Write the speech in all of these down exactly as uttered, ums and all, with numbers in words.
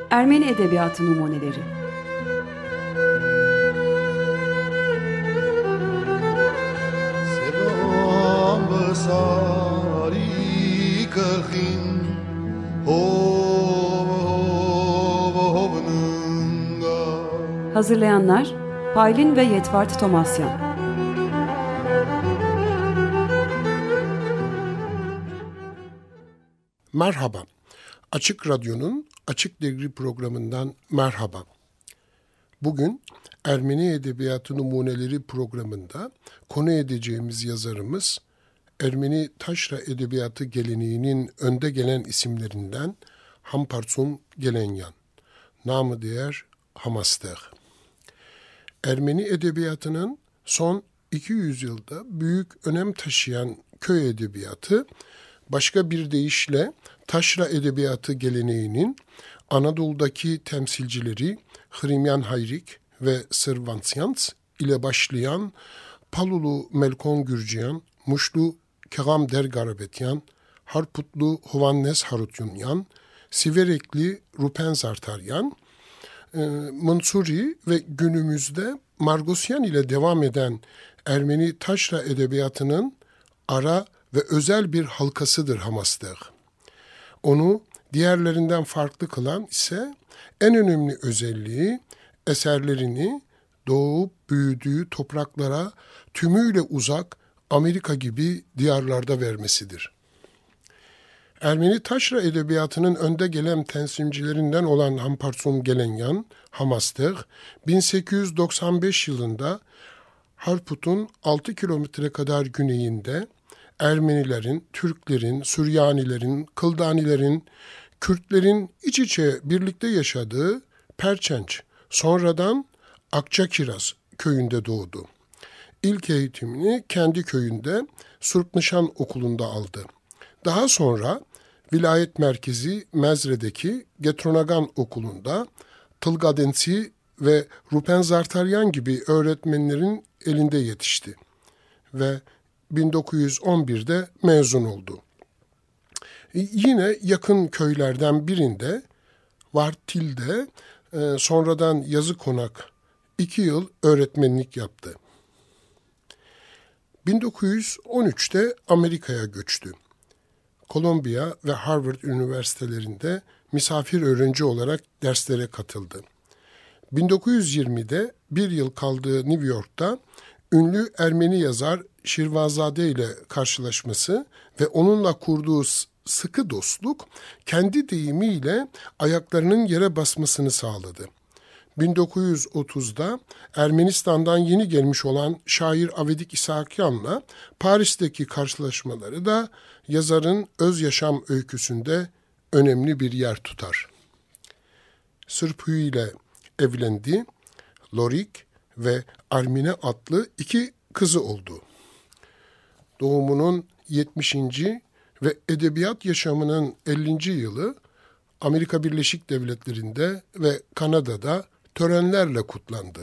Ermeni Edebiyatı Numuneleri. Hazırlayanlar Paylin ve Yetvart Tomasyan. Merhaba. Açık Radyo'nun Açık Dergi programından merhaba. Bugün Ermeni Edebiyatı Numuneleri programında konu edeceğimiz yazarımız Ermeni taşra edebiyatı geleneğinin önde gelen isimlerinden Hampartsum Gelenyan, namı diğer Hamastığ. Ermeni edebiyatının son iki yüz yılda büyük önem taşıyan köy edebiyatı, başka bir deyişle taşra edebiyatı geleneğinin Anadolu'daki temsilcileri Hrimyan Hayrik ve Sırvansyans ile başlayan Palulu Melkon Gürciyan, Muşlu Kegam Dergarabetyan, Harputlu Hovannes Harutyunyan, Siverekli Rupen Zartaryan, Mansuri ve günümüzde Margosyan ile devam eden Ermeni taşra edebiyatının ara ve özel bir halkasıdır Hamastığ. Onu diğerlerinden farklı kılan ise en önemli özelliği eserlerini doğup büyüdüğü topraklara tümüyle uzak Amerika gibi diyarlarda vermesidir. Ermeni taşra edebiyatının önde gelen temsilcilerinden olan Hampartsum Gelenyan, Hamastığ, bin sekiz yüz doksan beş yılında Harput'un altı kilometre kadar güneyinde Ermenilerin, Türklerin, Süryanilerin, Kıldanilerin, Kürtlerin iç içe birlikte yaşadığı Perçenç, sonradan Akçakiraz köyünde doğdu. İlk eğitimini kendi köyünde Surpnişan Okulu'nda aldı. Daha sonra vilayet merkezi Mezre'deki Getronagan Okulu'nda Tılgadensi ve Rupen Zartaryan gibi öğretmenlerin elinde yetişti ve bin dokuz yüz on birde mezun oldu. Yine yakın köylerden birinde Vartil'de sonradan Yazıkonak iki yıl öğretmenlik yaptı. bin dokuz yüz on üçte Amerika'ya göçtü. Kolombiya ve Harvard üniversitelerinde misafir öğrenci olarak derslere katıldı. bin dokuz yüz yirmide bir yıl kaldığı New York'ta ünlü Ermeni yazar Şirvazade ile karşılaşması ve onunla kurduğu sıkı dostluk kendi deyimiyle ayaklarının yere basmasını sağladı. bin dokuz yüz otuzda Ermenistan'dan yeni gelmiş olan şair Avedik İsakyan'la Paris'teki karşılaşmaları da yazarın öz yaşam öyküsünde önemli bir yer tutar. Sırphu ile evlendi, Lorik ve Armine adlı iki kızı oldu. Doğumunun yetmişinci ve edebiyat yaşamının ellinci yılı Amerika Birleşik Devletleri'nde ve Kanada'da törenlerle kutlandı.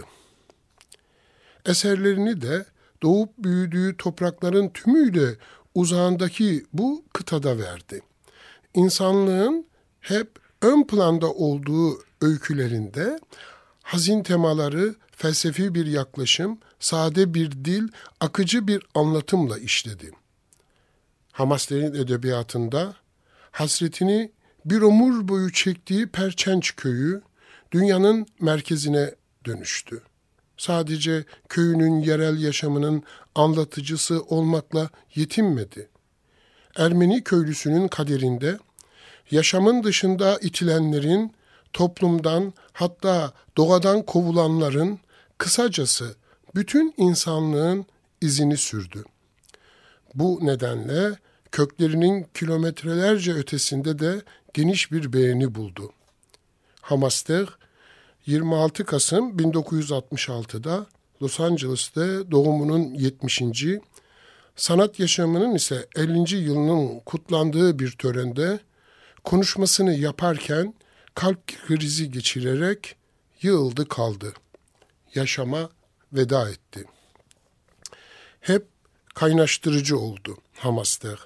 Eserlerini de doğup büyüdüğü toprakların tümüyle uzağındaki bu kıtada verdi. İnsanlığın hep ön planda olduğu öykülerinde hazin temaları, felsefi bir yaklaşım, sade bir dil, akıcı bir anlatımla işledi. Hamastığ'ın edebiyatında hasretini bir ömür boyu çektiği Perçenç köyü dünyanın merkezine dönüştü. Sadece köyünün yerel yaşamının anlatıcısı olmakla yetinmedi. Ermeni köylüsünün kaderinde yaşamın dışında itilenlerin, toplumdan hatta doğadan kovulanların, kısacası bütün insanlığın izini sürdü. Bu nedenle köklerinin kilometrelerce ötesinde de geniş bir beğeni buldu. Hamastığ, yirmi altı Kasım bin dokuz yüz altmış altıda Los Angeles'te doğumunun yetmişinci, sanat yaşamının ise ellinci yılının kutlandığı bir törende konuşmasını yaparken kalp krizi geçirerek yığıldı kaldı. Yaşama veda etti. Hep kaynaştırıcı oldu Hamastığ.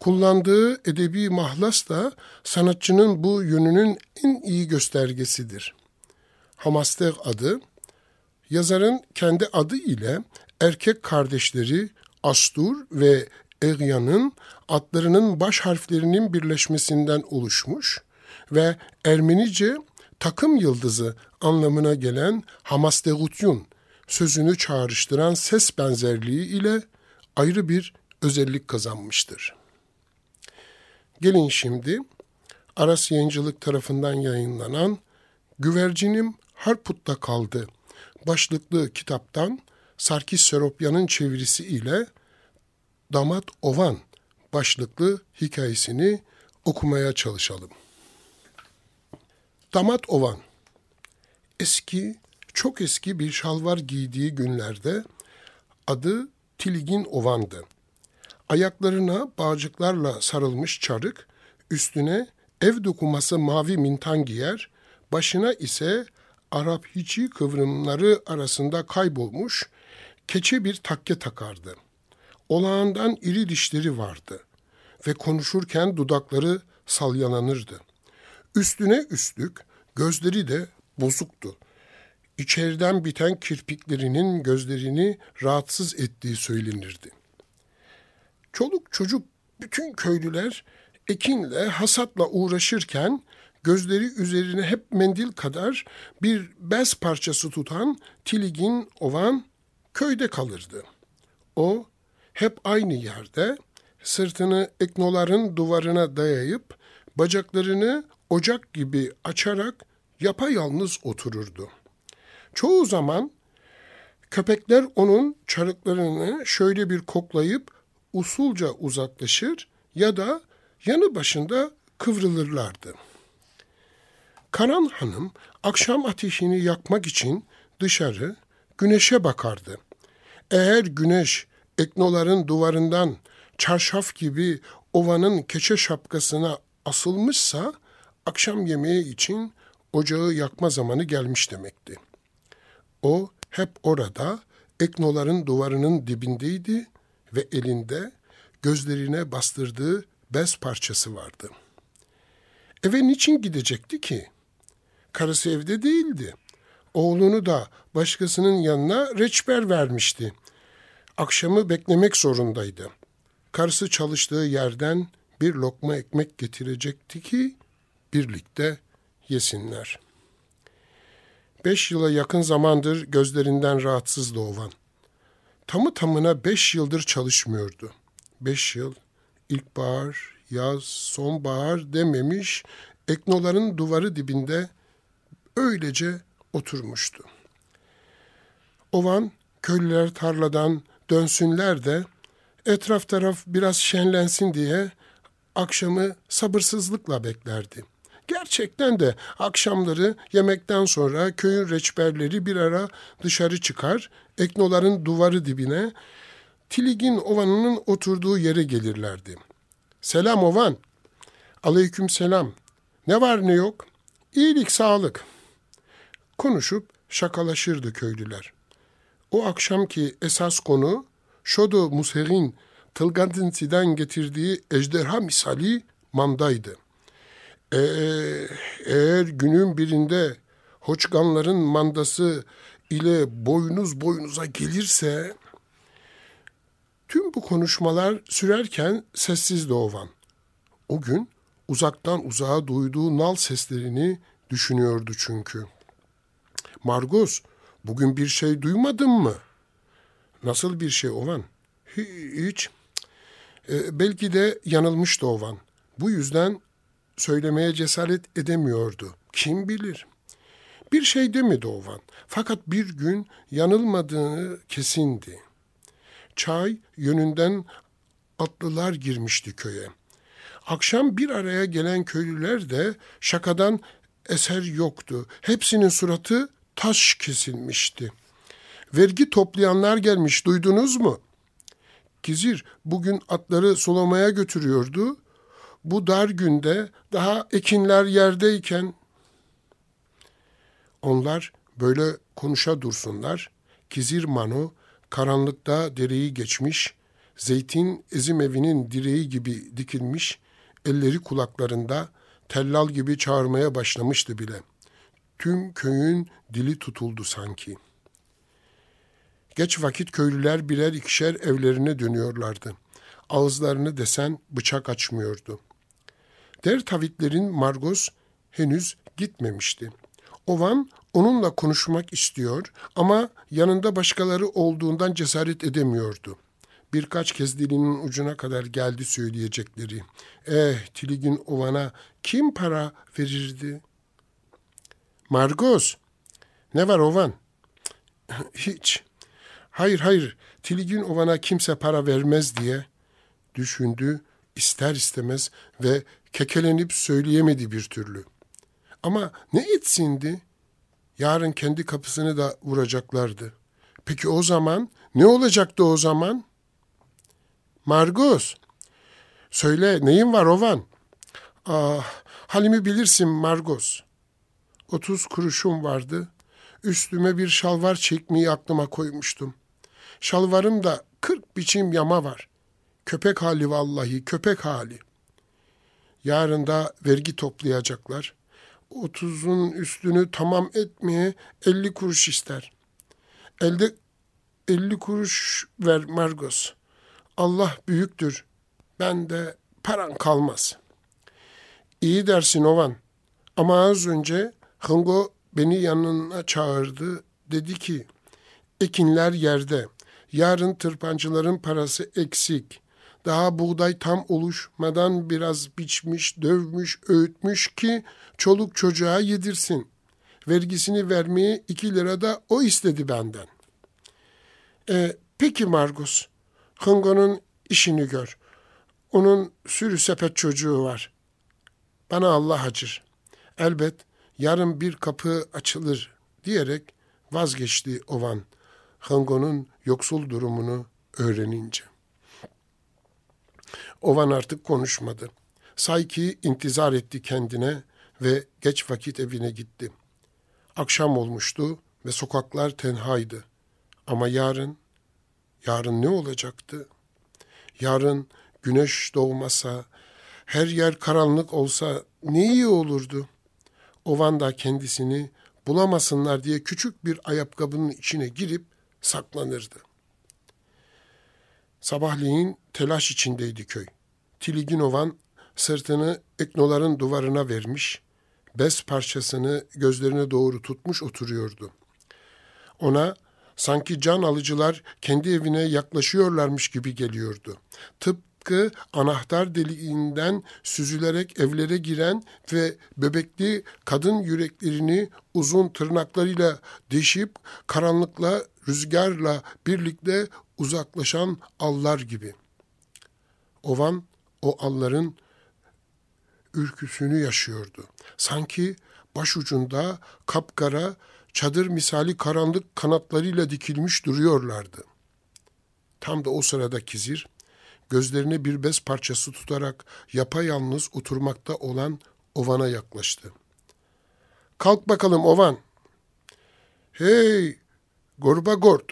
Kullandığı edebi mahlas da sanatçının bu yönünün en iyi göstergesidir. Hamasteg adı, yazarın kendi adı ile erkek kardeşleri Astur ve Eryan'ın adlarının baş harflerinin birleşmesinden oluşmuş ve Ermenice takım yıldızı anlamına gelen Hamastegutyun sözünü çağrıştıran ses benzerliği ile ayrı bir özellik kazanmıştır. Gelin şimdi Aras Yayıncılık tarafından yayınlanan Güvercinim Harput'ta Kaldı başlıklı kitaptan Sarkis Seropyan'ın çevirisi ile Damat Ovan başlıklı hikayesini okumaya çalışalım. Damat Ovan, eski, çok eski bir şalvar giydiği günlerde adı Tiligin Ovan'dı. Ayaklarına bağcıklarla sarılmış çarık, üstüne ev dokuması mavi mintan giyer, başına ise Arap hiçi kıvrımları arasında kaybolmuş keçe bir takke takardı. Olağandan iri dişleri vardı ve konuşurken dudakları salyalanırdı. Üstüne üstlük gözleri de bozuktu. İçeriden biten kirpiklerinin gözlerini rahatsız ettiği söylenirdi. Çoluk çocuk bütün köylüler ekinle, hasatla uğraşırken gözleri üzerine hep mendil kadar bir bez parçası tutan Tiligin Ovan köyde kalırdı. O hep aynı yerde sırtını eknoların duvarına dayayıp bacaklarını ocak gibi açarak yapayalnız otururdu. Çoğu zaman köpekler onun çarıklarını şöyle bir koklayıp usulca uzaklaşır ya da yanı başında kıvrılırlardı. Karan Hanım akşam ateşini yakmak için dışarı güneşe bakardı. Eğer güneş eknoların duvarından çarşaf gibi ovanın keçe şapkasına asılmışsa akşam yemeği için ocağı yakma zamanı gelmiş demekti. O hep orada eknoların duvarının dibindeydi ve elinde gözlerine bastırdığı bez parçası vardı. Eve niçin gidecekti ki? Karısı evde değildi. Oğlunu da başkasının yanına reçber vermişti. Akşamı beklemek zorundaydı. Karısı çalıştığı yerden bir lokma ekmek getirecekti ki birlikte yesinler. Beş yıla yakın zamandır gözlerinden rahatsızdı Ovan. Tamı tamına beş yıldır çalışmıyordu. Beş yıl, ilkbahar, yaz, sonbahar dememiş, eknoların duvarı dibinde öylece oturmuştu. Ovan, köylüler tarladan dönsünler de etraf taraf biraz şenlensin diye akşamı sabırsızlıkla beklerdi. Gerçekten de akşamları yemekten sonra köyün reçberleri bir ara dışarı çıkar, eknoların duvarı dibine, Tiligin Ovan'ın oturduğu yere gelirlerdi. "Selam Ovan." "Aleyküm selam. Ne var ne yok?" "İyilik, sağlık." Konuşup şakalaşırdı köylüler. O akşamki esas konu Şodo Muser'in Tılgandinsi'den getirdiği ejderha misali mandaydı. Ee, eğer günün birinde Hoçganların mandası ile boynuz boynuza gelirse... Tüm bu konuşmalar sürerken sessizdi Ovan. O gün uzaktan uzağa duyduğu nal seslerini düşünüyordu çünkü. "Margos, bugün bir şey duymadın mı?" "Nasıl bir şey Ovan?" "Hiç." E, belki de yanılmıştı Ovan. Bu yüzden söylemeye cesaret edemiyordu. Kim bilir? Bir şey demedi Ovan. Fakat bir gün yanılmadığını kesindi. Çay yönünden atlılar girmişti köye. Akşam bir araya gelen köylüler de şakadan eser yoktu. Hepsinin suratı taş kesilmişti. "Vergi toplayanlar gelmiş, duydunuz mu?" Gizir bugün atları sulamaya götürüyordu. Bu dar günde daha ekinler yerdeyken... Onlar böyle konuşa dursunlar. Kizir Mano karanlıkta dereyi geçmiş, Zeytin ezim evinin direği gibi dikilmiş, elleri kulaklarında, tellal gibi çağırmaya başlamıştı bile. Tüm köyün dili tutuldu sanki. Geç vakit köylüler birer ikişer evlerine dönüyorlardı. Ağızlarını desen bıçak açmıyordu. Dertavitlerin Margos henüz gitmemişti. Ovan onunla konuşmak istiyor ama yanında başkaları olduğundan cesaret edemiyordu. Birkaç kez dilinin ucuna kadar geldi söyleyecekleri. Eh, Tiligin Ovan'a kim para verirdi? Margos, ne var Ovan? Hiç. Hayır hayır, Tiligin Ovan'a kimse para vermez diye düşündü ister istemez ve kekelenip söyleyemedi bir türlü. Ama ne etsindi? Yarın kendi kapısını da vuracaklardı. Peki o zaman ne olacaktı o zaman? Margos, söyle neyin var Ovan? Ah, halimi bilirsin Margos. Otuz kuruşum vardı. Üstüme bir şalvar çekmeyi aklıma koymuştum. Şalvarım da kırk biçim yama var. Köpek hali vallahi, köpek hali. Yarın da vergi toplayacaklar. Otuzun üstünü tamam etmeye elli kuruş ister. Elde elli kuruş ver Margos. Allah büyüktür. Ben de paran kalmaz. İyi dersin Ovan. Ama az önce Hıngo beni yanına çağırdı. Dedi ki, ekinler yerde. Yarın tırpancıların parası eksik. Daha buğday tam oluşmadan biraz biçmiş, dövmüş, öğütmüş ki çoluk çocuğa yedirsin. Vergisini vermeye iki lira da o istedi benden. E, peki Margos, Hıngo'nun işini gör. Onun sürü sepet çocuğu var. Bana Allah acır. Elbet yarın bir kapı açılır diyerek vazgeçti Ovan, Hıngo'nun yoksul durumunu öğrenince. Ovan artık konuşmadı. Sanki intizar etti kendine ve geç vakit evine gitti. Akşam olmuştu ve sokaklar tenhaydı. Ama yarın, yarın ne olacaktı? Yarın güneş doğmasa, her yer karanlık olsa ne iyi olurdu. Ovan da kendisini bulamasınlar diye küçük bir ayakkabının içine girip saklanırdı. Sabahleyin telaş içindeydi köy. Tiligin Ovan sırtını eknoların duvarına vermiş, bez parçasını gözlerine doğru tutmuş oturuyordu. Ona sanki can alıcılar kendi evine yaklaşıyorlarmış gibi geliyordu. Tıpkı anahtar deliğinden süzülerek evlere giren ve bebekli kadın yüreklerini uzun tırnaklarıyla deşip karanlıkla, rüzgarla birlikte uzaklaşan allar gibi. Ovan o alların ürküsünü yaşıyordu. Sanki başucunda kapkara, çadır misali karanlık kanatlarıyla dikilmiş duruyorlardı. Tam da o sırada Kizir, gözlerine bir bez parçası tutarak yapayalnız oturmakta olan Ovan'a yaklaştı. Kalk bakalım Ovan. Hey, gorba gord.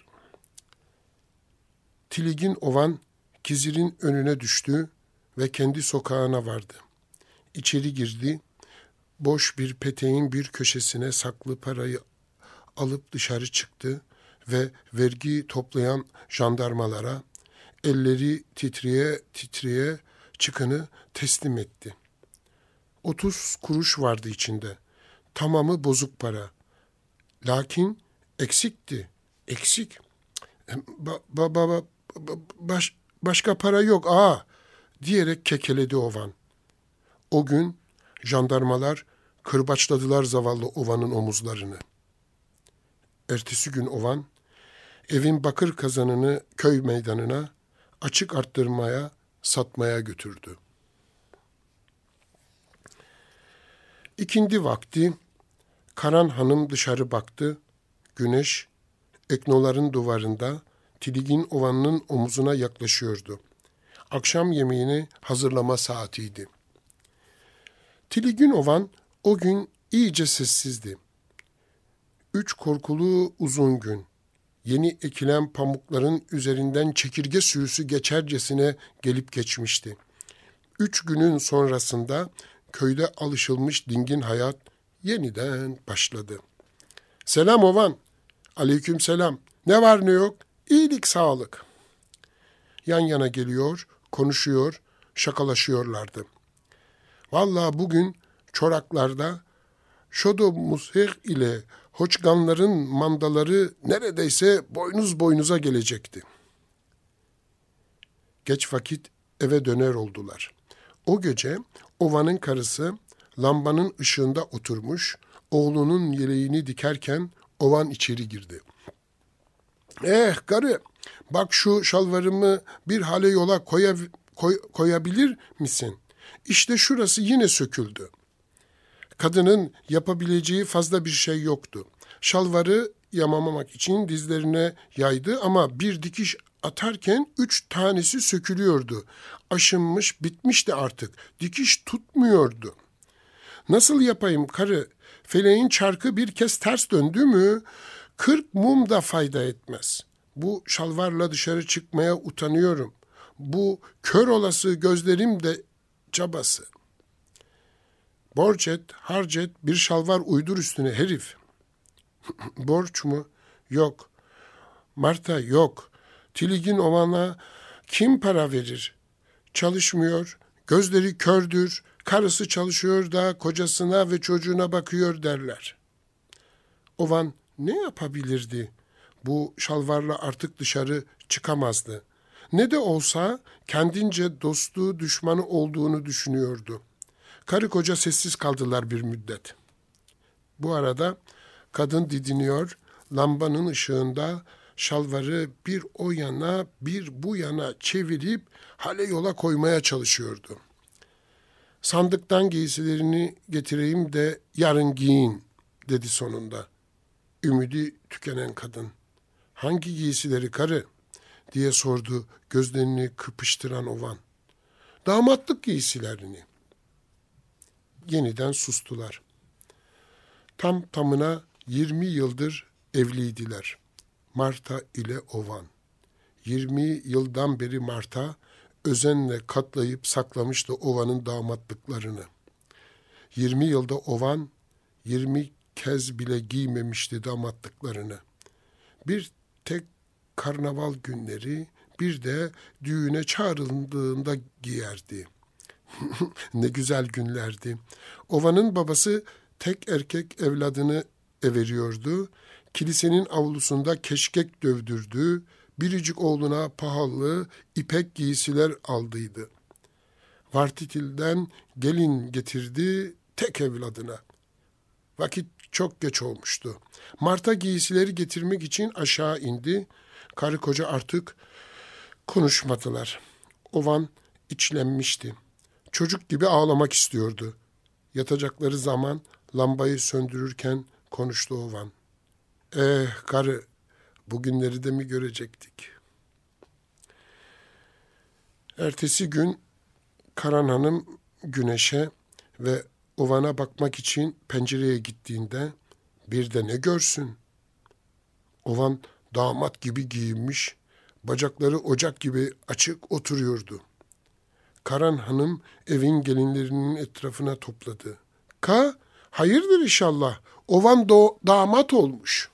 Tiligin Ovan, Kizir'in önüne düştü ve kendi sokağına vardı. İçeri girdi, boş bir peteğin bir köşesine saklı parayı alıp dışarı çıktı ve vergi toplayan jandarmalara elleri titreye titreye çıkını teslim etti. Otuz kuruş vardı içinde. Tamamı bozuk para. Lakin eksikti. Eksik. Ba, ba, ba, ba, baş, başka para yok aa diyerek kekeledi Ovan. O gün jandarmalar kırbaçladılar zavallı Ovan'ın omuzlarını. Ertesi gün Ovan, evin bakır kazanını köy meydanına açık arttırmaya, satmaya götürdü. İkindi vakti Karan Hanım dışarı baktı. Güneş eknoların duvarında Tiligin Ovan'ın omuzuna yaklaşıyordu. Akşam yemeğini hazırlama saatiydi. Tiligin Ovan o gün iyice sessizdi. Üç korkulu uzun gün. Yeni ekilen pamukların üzerinden çekirge sürüsü geçercesine gelip geçmişti. Üç günün sonrasında köyde alışılmış dingin hayat yeniden başladı. Selam Ovan. Aleyküm selam. Ne var ne yok? İyilik sağlık. Yan yana geliyor, konuşuyor, şakalaşıyorlardı. Vallahi bugün çoraklarda şodo musih ile hoçganların mandaları neredeyse boynuz boynuza gelecekti. Geç vakit eve döner oldular. O gece Ovan'ın karısı lambanın ışığında oturmuş, oğlunun yeleğini dikerken Ovan içeri girdi. Eh karı, bak şu şalvarımı bir hale yola koya, koy, koyabilir misin? İşte şurası yine söküldü. Kadının yapabileceği fazla bir şey yoktu. Şalvarı yamamamak için dizlerine yaydı ama bir dikiş atarken üç tanesi sökülüyordu. Aşınmış, bitmişti artık. Dikiş tutmuyordu. Nasıl yapayım karı? Feleğin çarkı bir kez ters döndü mü, kırk mum da fayda etmez. Bu şalvarla dışarı çıkmaya utanıyorum. Bu kör olası gözlerim de cabası. Borç et, harc et, bir şalvar uydur üstüne herif. Borç mu? Yok. Marta yok. Tiligin Ovan'a kim para verir? Çalışmıyor, gözleri kördür, karısı çalışıyor da kocasına ve çocuğuna bakıyor derler. Ovan ne yapabilirdi? Bu şalvarla artık dışarı çıkamazdı. Ne de olsa kendince dostu düşmanı olduğunu düşünüyordu. Karı koca sessiz kaldılar bir müddet. Bu arada kadın didiniyor, lambanın ışığında şalvarı bir o yana bir bu yana çevirip hale yola koymaya çalışıyordu. Sandıktan giysilerini getireyim de yarın giyin dedi sonunda. Ümidi tükenen kadın. Hangi giysileri karı? Diye sordu gözlerini kırpıştıran Ovan. Damatlık giysilerini. Yeniden sustular. Tam tamına yirmi yıldır evliydiler. Marta ile Ovan. Yirmi yıldan beri Marta özenle katlayıp saklamıştı Ovan'ın damatlıklarını. Yirmi yılda Ovan yirmi kez bile giymemişti damatlıklarını. Bir tek karnaval günleri, bir de düğüne çağrıldığında giyerdi. Ne güzel günlerdi. Ovan'ın babası tek erkek evladını everiyordu. Kilisenin avlusunda keşkek dövdürdü. Biricik oğluna pahalı ipek giysiler aldıydı. Vartitil'den gelin getirdi tek evladına. Vakit çok geç olmuştu. Marta giysileri getirmek için aşağı indi. Karı koca artık konuşmadılar. Ovan içlenmişti. Çocuk gibi ağlamak istiyordu. Yatacakları zaman lambayı söndürürken konuştu Ovan. Eh karı, bugünleri de mi görecektik? Ertesi gün Karan Hanım güneşe ve Ovan'a bakmak için pencereye gittiğinde bir de ne görsün? Ovan damat gibi giyinmiş, bacakları ocak gibi açık oturuyordu. Karan Hanım evin gelinlerinin etrafına topladı. Ka, hayırdır inşallah, Ovan da damat olmuş.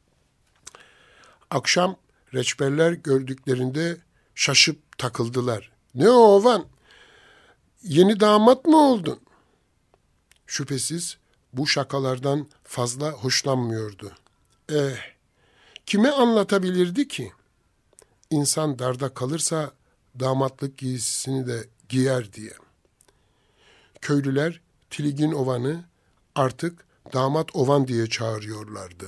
Akşam reçberler gördüklerinde şaşıp takıldılar. Ne o Ovan? Yeni damat mı oldun? Şüphesiz bu şakalardan fazla hoşlanmıyordu. Eh, kime anlatabilirdi ki? İnsan darda kalırsa damatlık giysisini de giyer diye. Köylüler Tiligin Ovan'ı artık damat Ovan diye çağırıyorlardı.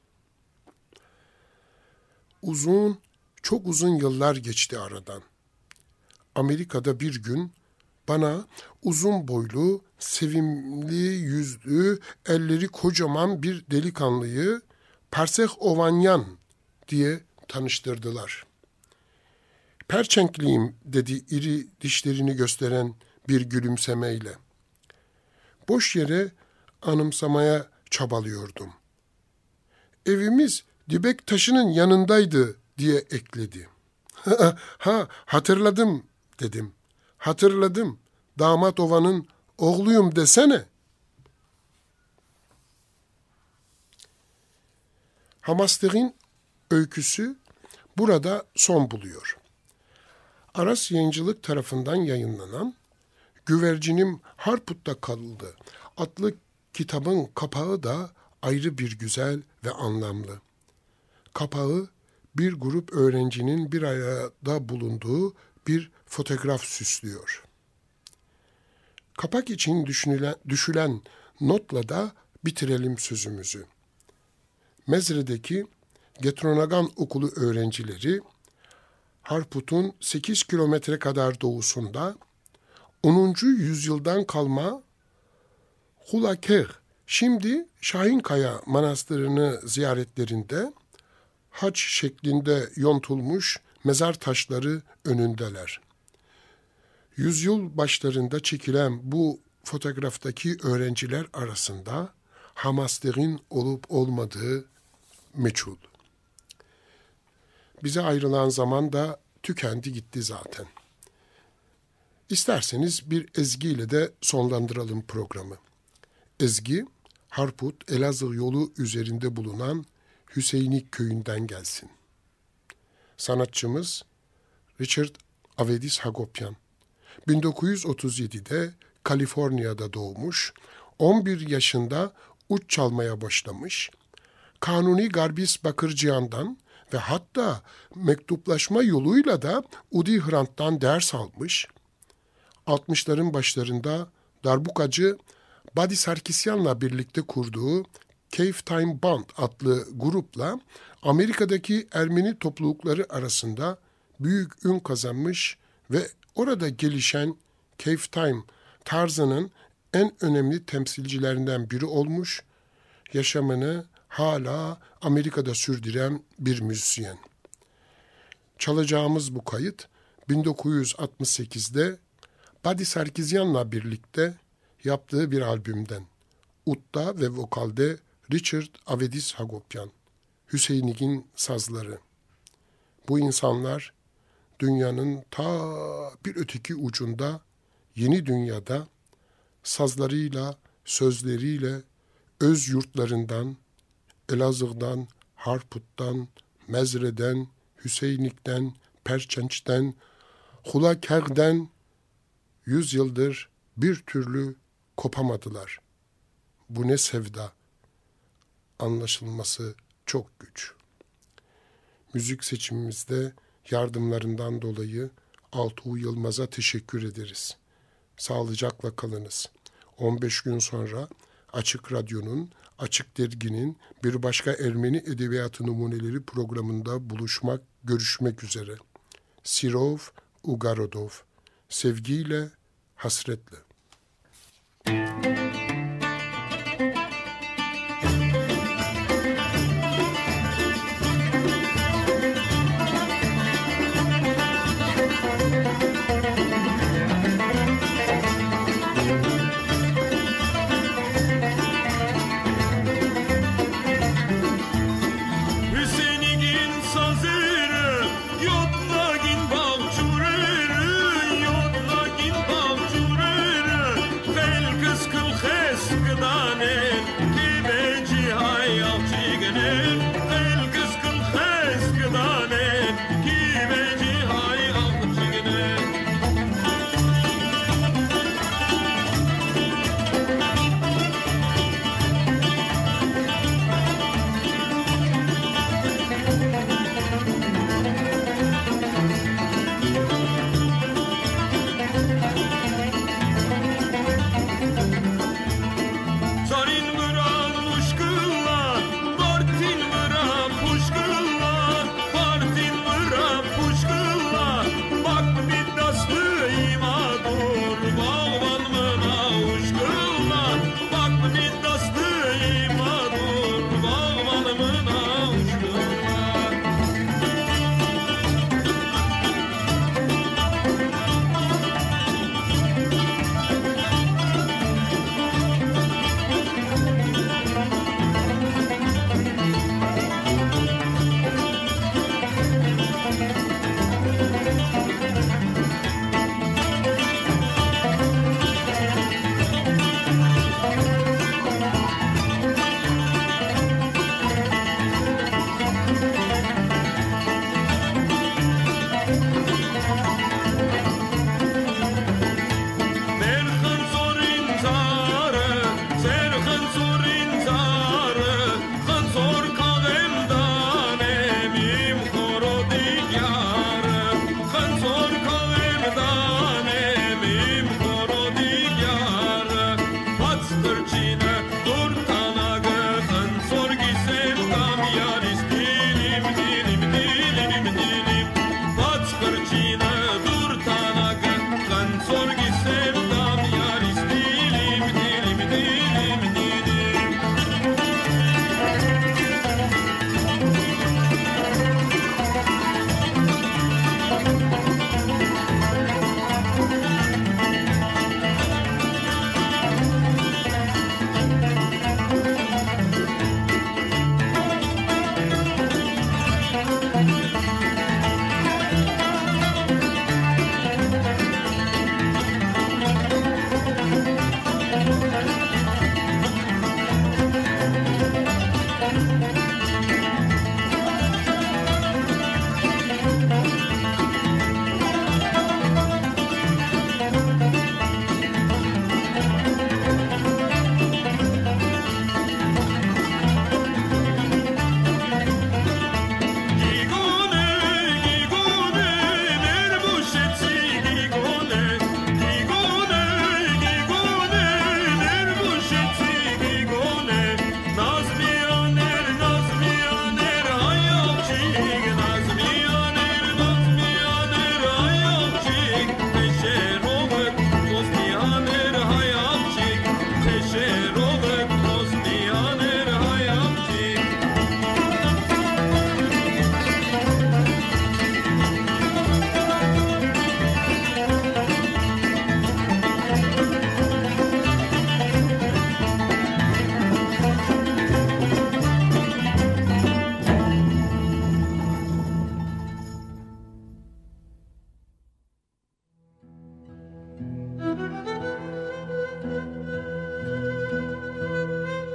Uzun, çok uzun yıllar geçti aradan. Amerika'da bir gün bana uzun boylu, sevimli yüzlü, elleri kocaman bir delikanlıyı Parseh Ovanyan diye tanıştırdılar. Perçenkliyim dedi iri dişlerini gösteren bir gülümsemeyle. Boş yere anımsamaya çabalıyordum. Evimiz Dibek taşının yanındaydı diye ekledi. Ha, hatırladım dedim. Hatırladım. Damat Ova'nın oğluyum desene. Hamaster'in öyküsü burada son buluyor. Aras Yayıncılık tarafından yayınlanan Güvercinim Harput'ta Kaldı adlı kitabın kapağı da ayrı bir güzel ve anlamlı. Kapağı bir grup öğrencinin bir arada bulunduğu bir fotoğraf süslüyor. Kapak için düşünülen, düşülen notla da bitirelim sözümüzü. Mezre'deki Getronagan Okulu öğrencileri Harput'un sekiz kilometre kadar doğusunda onuncu yüzyıldan kalma Hulaker, şimdi Şahinkaya Manastırı'nı ziyaretlerinde haç şeklinde yontulmuş mezar taşları önündeler. Yüzyıl başlarında çekilen bu fotoğraftaki öğrenciler arasında Hamaster'in olup olmadığı meçhul. Bize ayrılan zaman da tükendi gitti zaten. İsterseniz bir ezgiyle de sonlandıralım programı. Ezgi, Harput, Elazığ yolu üzerinde bulunan Hüseyinlik köyünden gelsin. Sanatçımız Richard Avedis Hagopian. bin dokuz yüz otuz yedide Kaliforniya'da doğmuş, on bir yaşında ut çalmaya başlamış, Kanuni Garbis Bakırcihan'dan ve hatta mektuplaşma yoluyla da Udi Hrant'tan ders almış, altmışların başlarında darbukacı Buddy Sarkisyan'la birlikte kurduğu Cave Time Band adlı grupla Amerika'daki Ermeni toplulukları arasında büyük ün kazanmış ve orada gelişen Cave Time tarzının en önemli temsilcilerinden biri olmuş, yaşamını hala Amerika'da sürdüren bir müzisyen. Çalacağımız bu kayıt bin dokuz yüz altmış sekizde Buddy Sarkisyan'la birlikte yaptığı bir albümden. Utta ve vokalde Richard Avedis Hagopian, Hüseyinlik'in sazları. Bu insanlar dünyanın ta bir öteki ucunda, yeni dünyada sazlarıyla, sözleriyle öz yurtlarından, Elazığ'dan, Harput'tan, Mezre'den, Hüseyinlik'ten, Perçenç'ten, Hulaker'den yüz yıldır bir türlü kopamadılar. Bu ne sevda. Anlaşılması çok güç. Müzik seçimimizde yardımlarından dolayı Altuğ Yılmaz'a teşekkür ederiz. Sağlıcakla kalınız. on beş gün sonra Açık Radyo'nun, Açık Dergi'nin bir başka Ermeni Edebiyatı Numuneleri programında buluşmak, görüşmek üzere. Sirov Ugarodov. Sevgiyle, hasretle. Yodla gin bal çürür, yodla gin bal çürür.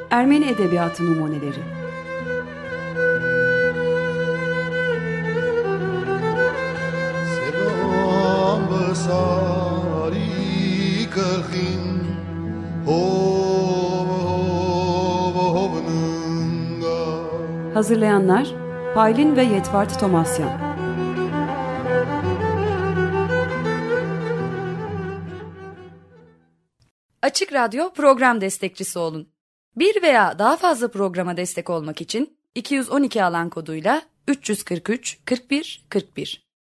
Ermeni Edebiyatı Numuneleri. Hazırlayanlar Paylin ve Yetvart Tomasyan. Açık Radyo program destekçisi olun. Bir veya daha fazla programa destek olmak için iki yüz on iki alan koduyla üç yüz kırk üç kırk bir kırk bir